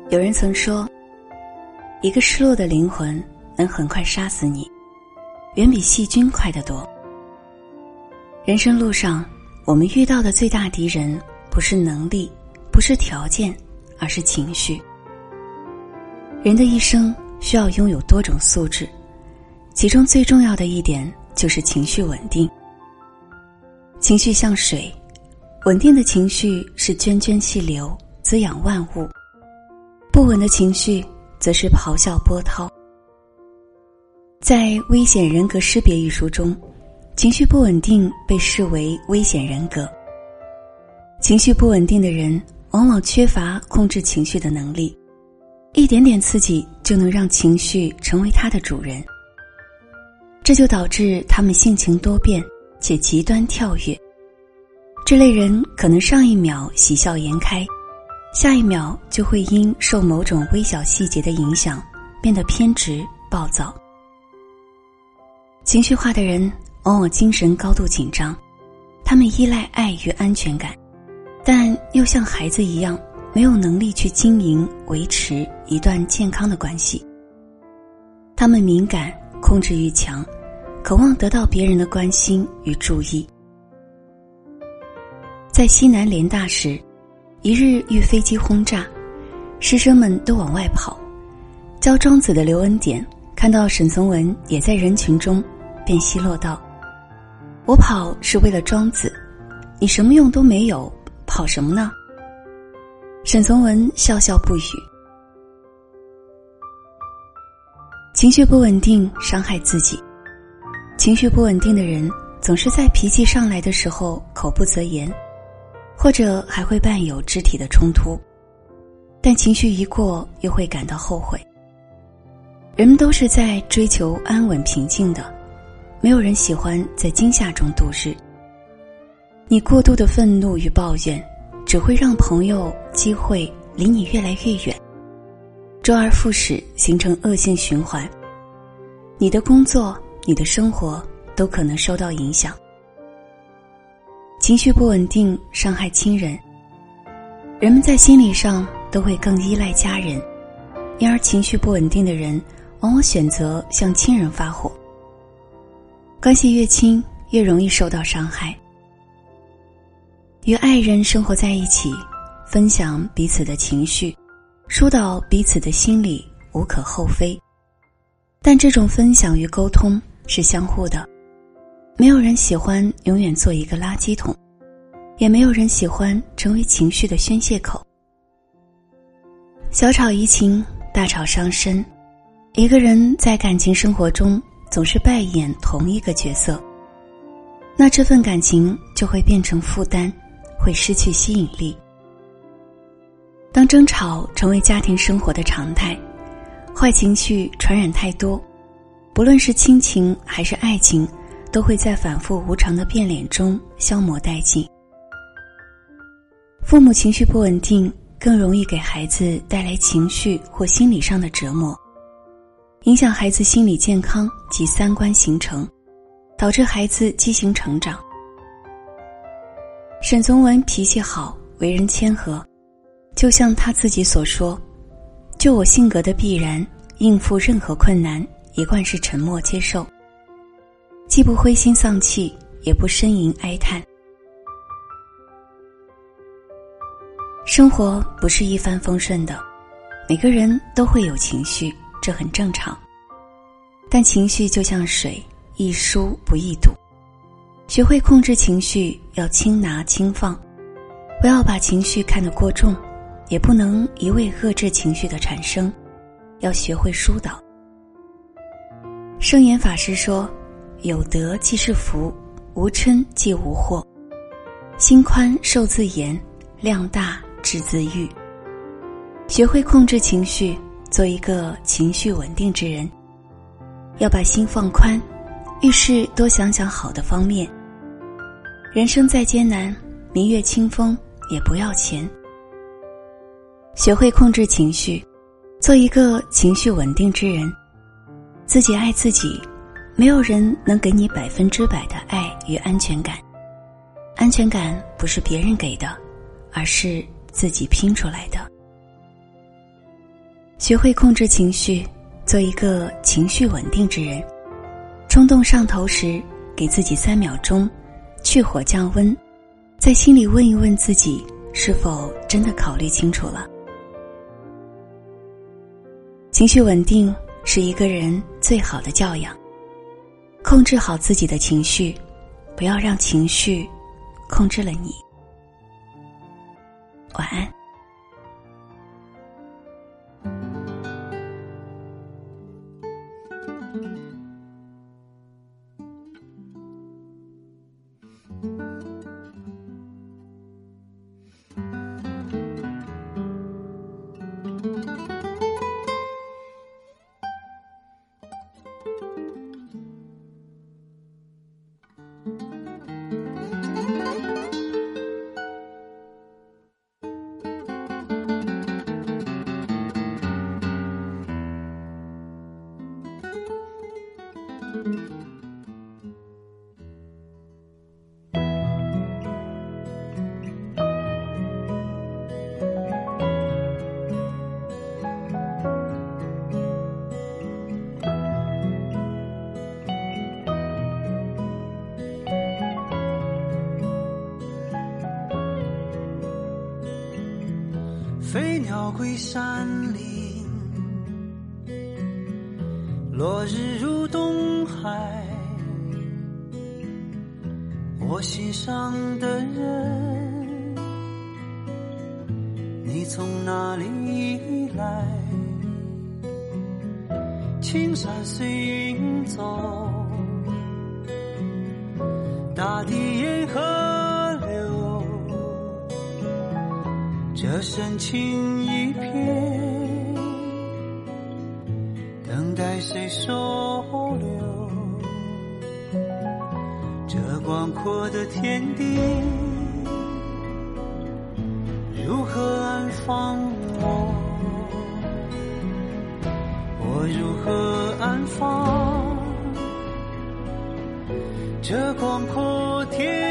有人曾说，一个失落的灵魂能很快杀死你，远比细菌快得多。人生路上，我们遇到的最大敌人不是能力，不是条件，而是情绪。人的一生需要拥有多种素质，其中最重要的一点就是情绪稳定。情绪像水，稳定的情绪是涓涓细流，滋养万物；不稳的情绪则是咆哮波涛。在《危险人格识别》一书中，情绪不稳定被视为危险人格。情绪不稳定的人往往缺乏控制情绪的能力，一点点刺激就能让情绪成为他的主人，这就导致他们性情多变且极端跳跃。这类人可能上一秒喜笑颜开，下一秒就会因受某种微小细节的影响变得偏执暴躁。情绪化的人往往精神高度紧张，他们依赖爱与安全感，但又像孩子一样没有能力去经营维持一段健康的关系。他们敏感，控制欲强，渴望得到别人的关心与注意。在西南联大时，一日遇飞机轰炸，师生们都往外跑。教庄子的刘恩典看到沈从文也在人群中，便奚落道：“我跑是为了庄子，你什么用都没有，跑什么呢？”沈从文笑笑不语。情绪不稳定伤害自己，情绪不稳定的人总是在脾气上来的时候口不择言，或者还会伴有肢体的冲突，但情绪一过又会感到后悔。人们都是在追求安稳平静的，没有人喜欢在惊吓中度日。你过度的愤怒与抱怨只会让朋友机会离你越来越远，周而复始，形成恶性循环。你的工作，你的生活都可能受到影响。情绪不稳定伤害亲人，人们在心理上都会更依赖家人，因而情绪不稳定的人往往选择向亲人发火。关系越亲，越容易受到伤害。与爱人生活在一起，分享彼此的情绪，疏导彼此的心理，无可厚非。但这种分享与沟通是相互的，没有人喜欢永远做一个垃圾桶，也没有人喜欢成为情绪的宣泄口。小吵怡情，大吵伤身。一个人在感情生活中总是扮演同一个角色，那这份感情就会变成负担，会失去吸引力。当争吵成为家庭生活的常态，坏情绪传染太多，不论是亲情还是爱情，都会在反复无常的变脸中消磨殆尽。父母情绪不稳定，更容易给孩子带来情绪或心理上的折磨，影响孩子心理健康及三观形成，导致孩子畸形成长。沈从文脾气好，为人谦和，就像他自己所说：“就我性格的必然，应付任何困难，一贯是沉默接受，既不灰心丧气，也不呻吟哀叹。”生活不是一帆风顺的，每个人都会有情绪，这很正常。但情绪就像水，易疏不易堵。学会控制情绪，要轻拿轻放，不要把情绪看得过重，也不能一味遏制情绪的产生，要学会疏导。圣严法师说：“有德即是福，无嗔即无祸。心宽受自严，量大知自愈。”学会控制情绪，做一个情绪稳定之人。要把心放宽，遇事多想想好的方面。人生再艰难，明月清风也不要钱。学会控制情绪，做一个情绪稳定之人。自己爱自己，没有人能给你100%的爱与安全感。安全感不是别人给的，而是自己拼出来的。 学会控制情绪，做一个情绪稳定之人。冲动上头时，给自己3秒钟，去火降温，在心里问一问自己，是否真的考虑清楚了。情绪稳定是一个人最好的教养，控制好自己的情绪，不要让情绪控制了你。晚安。 飞鸟归山林，落日入东海。我心上的人，你从哪里来？青山随云走，大地沿河流，这深情一片，等待谁收留？这广阔的天地，如何安放我？我如何安放这广阔天